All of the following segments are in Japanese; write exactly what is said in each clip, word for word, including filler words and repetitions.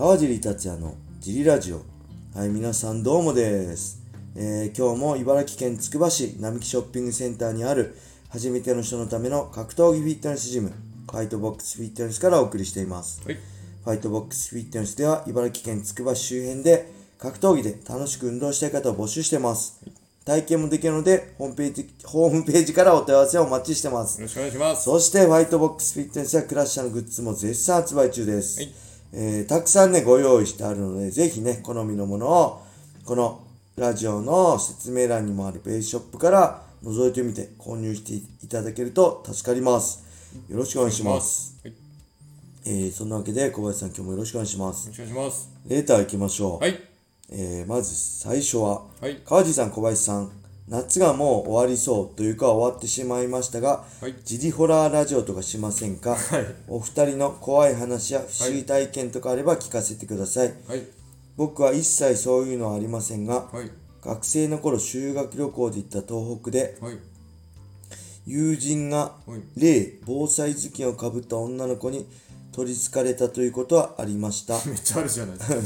川尻達也のジリラジオ。はい、皆さんどうもです。えー、今日も茨城県つくば市並木ショッピングセンターにある初めての人のための格闘技フィットネスジム、ファイトボックスフィットネスからお送りしています。 はい、 ファイトボックスフィットネスでは茨城県つくば市周辺で格闘技で楽しく運動したい方を募集しています。体験もできるのでホームページ、ホームページからお問い合わせをお待ちしてます。 よろしくお願いします。 そしてファイトボックスフィットネスやクラッシャーのグッズも絶賛発売中です。 はい、 えー、たくさんねご用意してあるので、ぜひね好みのものをこのラジオの説明欄にもあるベースショップから覗いてみて購入していただけると助かります。よろしくお願いします。 はい、 えー、そんなわけで小林さん、今日もよろしくお願いします。 よろしくお願いします。 レーター行きましょう。 はい、 えー、まず最初は、 はい、 川地さん、小林さん、夏がもう終わりそうというか終わってしまいましたが、 はい、 ジリホラーラジオとかしませんか？ はい、 お二人の怖い話や不思議体験とかあれば聞かせてください。 はい、 僕は一切そういうのはありませんが、 はい、 学生の頃修学旅行で行った東北で、 はい、 友人が霊防災頭巾をかぶった女の子に取りつかれたということはありました。 めっちゃあるじゃないですか。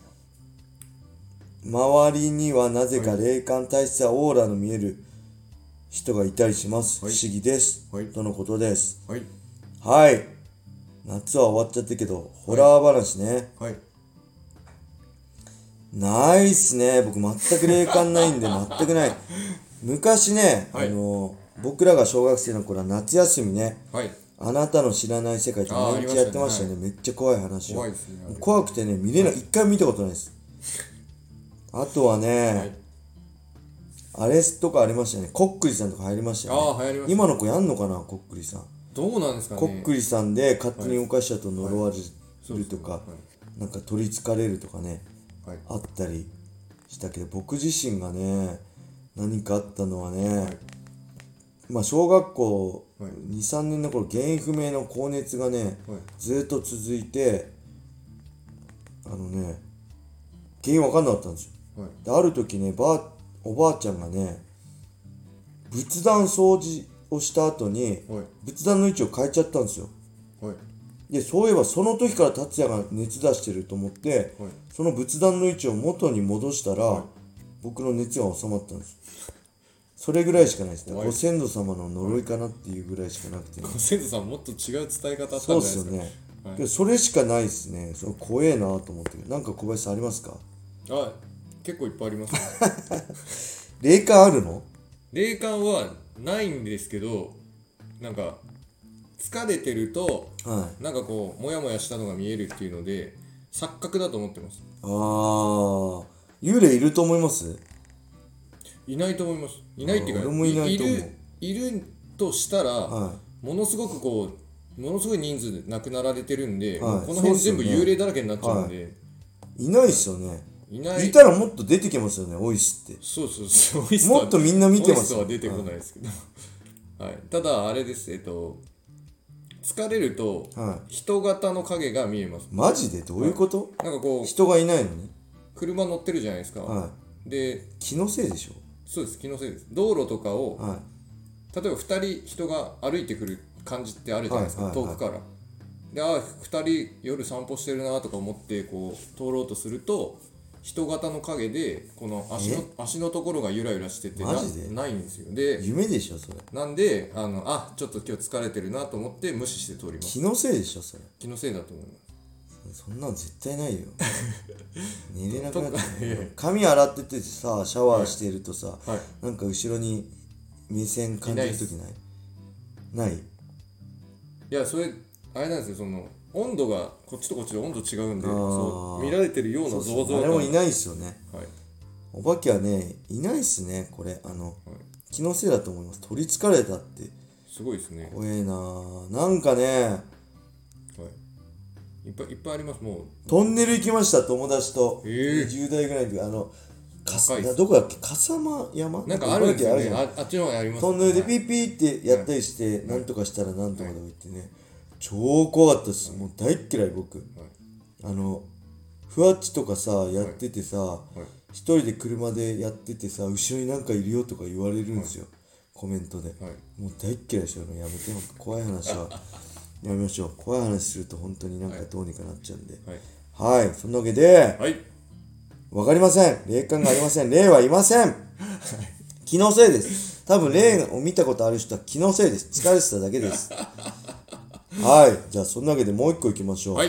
周りにはなぜか霊感体質やオーラの見える人がいたりします。 はい、 不思議です、 はい、 とのことです。 はい、 はい、夏は終わっちゃったけど、ホラー話ね、 はい、 ないっすね。僕全く霊感ないんで全くない。昔ね、 はい、 あの僕らが小学生の頃は夏休みね、 はい、 あなたの知らない世界って毎日やってましたよね。めっちゃ怖い話を。 怖いですね。 怖くてね、見れない、一回も見たことないです。あとはね、 はい、 あれとかありましたね。こっくりさんとか入りましたよね。 ああ、流行りました。 今の子やんのかな、こっくりさん。 どうなんですかね。 こっくりさんで勝手に動かしちゃうと呪われはいるとか、 はい、 なんか取りつかれるとかね、 はい、 あったりしたけど、僕自身がね、何かあったのはね、はい、まあ小学校に、さんねんの頃、原因不明の高熱がね、はい、ずっと続いて、あのね、原因わかんなかったんですよ。はい、である時ね、ばあおばあちゃんがね、仏壇掃除をした後に、はい、仏壇の位置を変えちゃったんですよ。はい、でそういえばその時から達也が熱出してると思って、はい、その仏壇の位置を元に戻したら、はい、僕の熱が収まったんです。それぐらいしかないですね。ご先祖様の呪いかなっていうぐらいしかなくて、ね、 ご先祖様もっと違う伝え方あったんじゃないですか。そうですよね。 はい、それしかないですね。その怖えなと思って。なんか小林さんありますか？ はい、結構いっぱいあります、 ね、霊感あるの？ 霊感はないんですけど、なんか疲れてると、はい、なんかこうモヤモヤしたのが見えるっていうので錯覚だと思ってます。 ああ、幽霊いると思います？ いないと思います。いないっていうか、 俺もいないと思う。 いる、いるとしたら、はい、ものすごくこうものすごい人数で亡くなられてるんで、はい、もうこの辺全部幽霊だらけになっちゃうんで、はい、 いないっすよね。 いない。 いたらもっと出てきますよね、オイスって。 そうそうそう、オイスもっとみんな見てますよ。オイスは出てこないですけど、はいはい、ただあれです。えっと疲れると、はい、人型の影が見えます。 マジで？どういうこと？ はい、なんかこう人がいないのに車乗ってるじゃないですか、はい、で気のせいでしょ？ そうです、気のせいです。道路とかを、はい、例えばふたり人が歩いてくる感じってあるじゃないですか、はいはいはい、遠くから。で、ああふたり夜散歩してるなとか思ってこう通ろうとすると、人型の影でこの 足の, 足のところがゆらゆらしてて、 マジで？ なないんですよ。で、 夢でしょそれ。 なんであのあちょっと今日疲れてるなと思って無視して通ります。 気のせいでしょそれ。 気のせいだと思います。 そんなの絶対ないよ。寝れなくなって髪洗っててさ、シャワーしてるとさ、はいはい、なんか後ろに目線感じるときない？ない？いや、それあれなんですよ、その温度がこっちとこっちで温度違うんで、そう見られてるような像像感。あれもいないっすよね。 はい、 お化けはねいないっすね。これあの、はい、気のせいだと思います。取りつかれたってすごいですね。 怖えなー。なんかね、 いっぱいいっぱいあります。もうトンネル行きました、友達と。 えー、 にじゅう代ぐらいの時、あのかすどこだっけ、笠間山なんかあるんですよね。 あ, あっちの方にあります。 トンネルでピッピーってやったりして、はい、なんとかしたらなんとかとか言ってね、はい、超怖かったです、はい、もう大っ嫌い僕、はい、あのふわっちとかさやっててさ、はいはい、一人で車でやっててさ、後ろになんかいるよとか言われるんですよ、はい、コメントで、はい、もう大っ嫌いでしょ。やめて、怖い話はやめましょう。怖い話すると本当になんかどうにかなっちゃうんで、はいはい、そんなわけで、 はい、 わかりません。霊感がありません。霊はいません。気のせいです。多分霊を見たことある人は気のせいです。疲れてただけです。はい、じゃあそんなわけでもう一個いきましょう。 はい、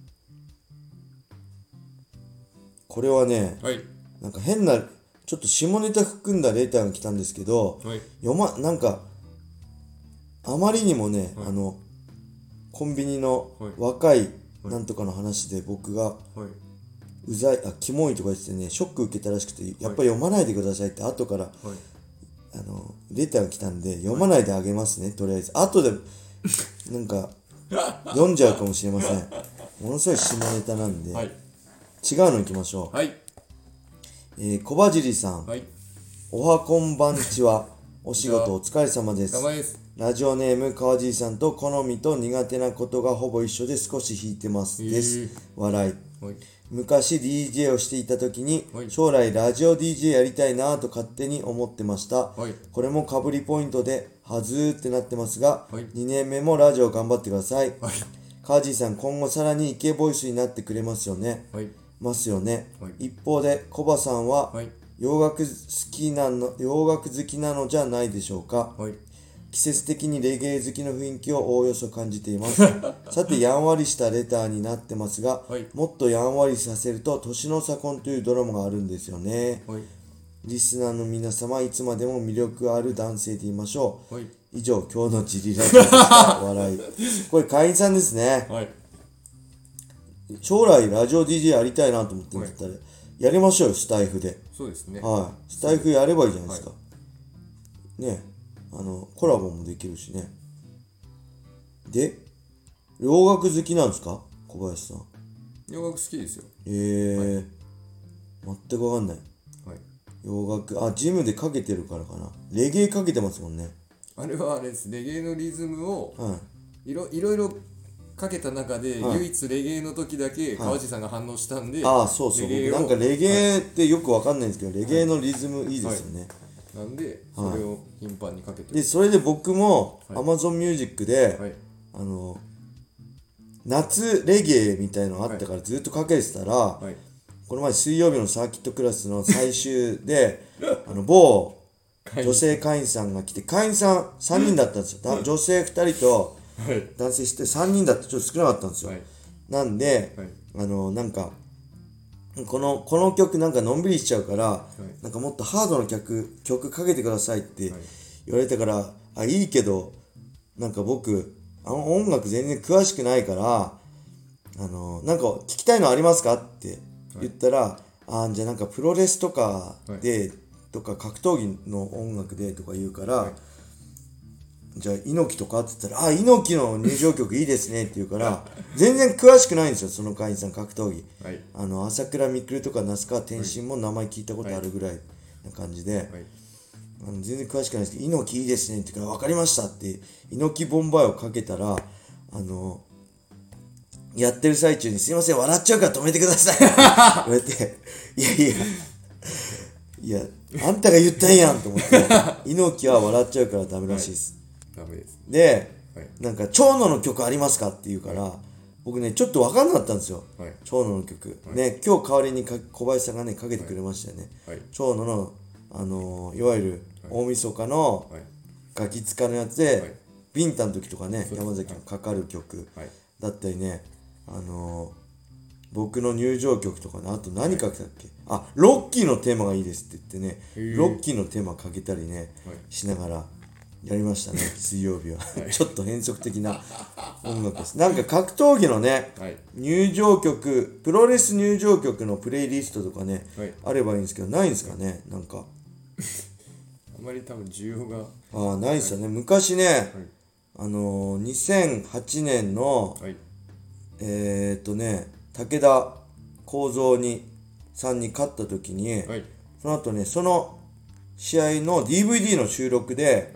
これはね、 はい、 なんか変なちょっと下ネタ含んだレターが来たんですけど、 はい、 読まなんかあまりにもね、 はい、 あのコンビニのはい若いなんとかの話で僕がはい、 うざい、あ、キモいとか言ってね、ショック受けたらしくて、やっぱり読まないでくださいって後から、 はい、 あのレターが来たんで、読まないであげますね、とりあえず。後でなんか読んじゃうかもしれません。ものすごい下ネタなんで、 はい、 違うのいきましょう。 はい、 えー、小ばじりさん、 はい、 おはこんばんちは。お仕事お疲れ様です。 頑張りです。 ラジオネーム川尻さんと好みと苦手なことがほぼ一緒で少し引いてますです。笑い。 はい、 昔 ディージェー をしていた時に、 はい将来ラジオ ディージェー やりたいなぁと勝手に思ってました。 はい、 これもかぶりポイントではずーってなってますが、 はいにねんめもラジオ頑張ってください。 はい、 川尻さん今後さらにイケボイスになってくれますよね。 はい、 ますよね。 はい一方でコバさんは、 はい、 洋楽好きなの洋楽好きなのじゃないでしょうか。 はい、 季節的にレゲエ好きの雰囲気をおおよそ感じていますさてやんわりしたレターになってますが、 はいもっとやんわりさせると年の差婚というドラマがあるんですよね。 はい、 リスナーの皆様いつまでも魅力ある男性でいましょう。 はい、 以上今日のジリラジオでした笑い。これ会員さんですね。 はい、 将来ラジオ ディージェー やりたいなと思ってんだったら、やりましょうよ、スタイフで。 そうですね。 はい、スタイフやればいいじゃないですか。ね、あのコラボもできるしね。で、洋楽好きなんですか、小林さん。 洋楽好きですよ。 えー、全くわかんない。 はい。 洋楽、あ、ジムでかけてるからかな。レゲエかけてますもんね。 あれはあれです。レゲエのリズムをはいろいろいろかけた中で、 はい唯一レゲエの時だけ川地さんが反応したんで、 ああ、そうそう。 レゲエを僕なんかレゲエってよくわかんないんですけど、レゲエのリズムいいですよね。 なんでそれを頻繁にかけてる。 で、それで僕もはい Amazon Music で、 はい。 あの、夏レゲエみたいのあったからずっとかけてたら、 はい。 この前水曜日のサーキットクラスの最終であの某女性会員さんが来て、会員さんさんにんだったんですよ。だ女性ふたりとはい。 男性してさんにんだってちょっと少なかったんですよ。 はい。 なんで、 はい。 あのなんかこのこの曲なんかのんびりしちゃうから、 はいなんかもっとハードな曲曲かけてくださいってはい言われたから、あ、いいけどなんか僕あの音楽全然詳しくないから、あのなんか聞きたいのありますかって言ったら、あ、じゃあなんかプロレスとかで、とか格闘技の音楽でとか言うから、 はいじゃあ猪木とかって言ったら、あ、猪木の入場曲いいですねって言うから全然詳しくないんですよ、その会員さん。格闘技、 はい。 あの朝倉未来とか那須川天心も名前聞いたことあるぐらいな感じで、 はい。 あの全然詳しくないですけど、猪木いいですねって言うから、分かりましたって猪木ボンバイをかけたら、あのやってる最中に、すいません笑っちゃうから止めてくださいって言われて、いやいやいやあんたが言ったんやんと思って、猪木は笑っちゃうからダメらしいです、 ダメです。 で、 はい。 なんか長野の曲ありますかって言うから、僕ねちょっと分かんなかったんですよ、 はい。 長野の曲、 はいね、今日代わりにか小林さんがねかけてくれましたよね、 はい。 長野の、あのーいわゆる大晦日のはい。 ガキ使のやつで、 はいビンタの時とかね、 そう山崎がかかる曲はい。 だったりね、あのー僕の入場曲とかね、あと何かけたっけ、あ、ロッキーのテーマがいいですって言ってね、 へーロッキーのテーマかけたりね、 はい。 しながらやりましたね、水曜日は。ちょっと変則的な音楽です。なんか格闘技のね、 はい。 入場曲、プロレス入場曲のプレイリストとかね、 はい。 あればいいんですけど、ないんですかね、なんか。 あまり多分需要が。 ああ、ないですよね。昔ね、 はい。 あのー、にせんはちねんの、 はい。 えー、っとね、武田幸三にさんに勝った時に、 はい。 その後ね、その試合の ディーブイディー の収録で、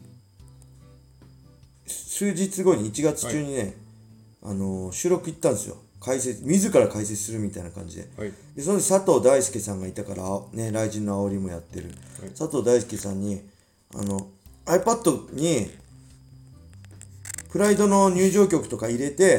数日後にいちがつ中にね、あのー収録行ったんですよ。解説、自ら解説するみたいな感じで。 はい。 で、その時佐藤大輔さんがいたから、ね、雷神の煽りもやってる。 はい。 佐藤大輔さんに、あの、iPad に、プライドの入場曲とか入れて、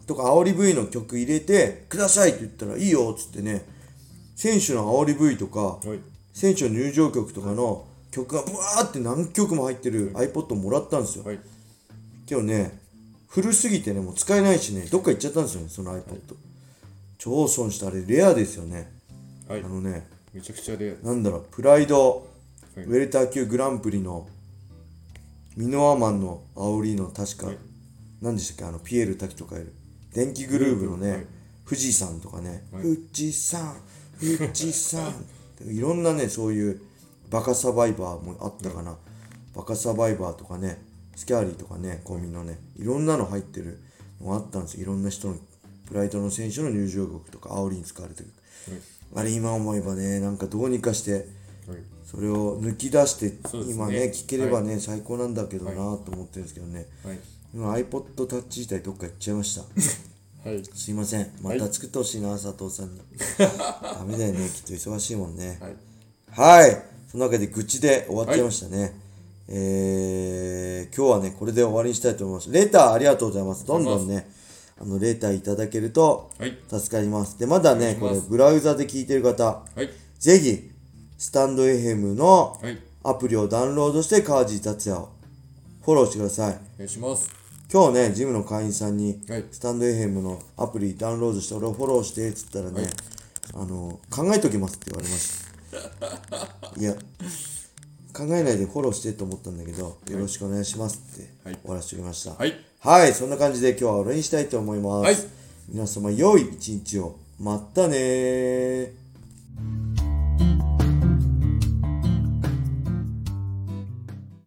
とか煽り ブイ の曲入れてくださいって言ったらいいよっつってね、選手の煽り ブイ とか、はい、選手の入場曲とかの曲がブワーって何曲も入ってる iPod をもらったんですよ、はい、けどね古すぎてねもう使えないしね、どっか行っちゃったんですよねその iPod、はい、超損した。あれレアですよね、はい、あのねめちゃくちゃレア。 なんだろう、プライド、はい、ウェルター級グランプリのミノアマンの煽りの確か、はい、何でしたっけ、あのピエール滝とかいる電気グルーヴのね、はい、富士山とかね、はい、富士山富士山いろんなねそういうバカサバイバーもあったかな、はい、バカサバイバーとかねスキャーリーとかねコンビのねいろんなの入ってるのがあったんですよ。いろんな人のプライドの選手の入場曲とか煽りに使われてる、はい、あれ今思えばねなんかどうにかして、はい、それを抜き出して、ね、今ね聴ければね、はい、最高なんだけどなと思ってるんですけどね、はい、今 iPod Touch 自体どっか行っちゃいましたはい、すいません、また作ってほしいな、はい、佐藤さんにダメだよねきっと忙しいもんね。はい、はい、そのわけで愚痴で終わっちゃいましたね、はい、えー、今日はねこれで終わりにしたいと思います。レターありがとうございます。どんどんねあのレターいただけると助かります。でまだねこれブラウザで聞いてる方、はい、ぜひスタンド エフエム のアプリをダウンロードして川地達也をフォローしてください。 お願いします。 今日ねジムの会員さんに、はい、スタンド エフエム のアプリダウンロードして俺をフォローしてっつったらね、はい、あの考えときますって言われましたいや考えないでフォローしてと思ったんだけど、はい、よろしくお願いしますって終わらせておきました。はい、はい、そんな感じで今日は終わりにしたいと思います。はい、皆様良い一日を。またねー。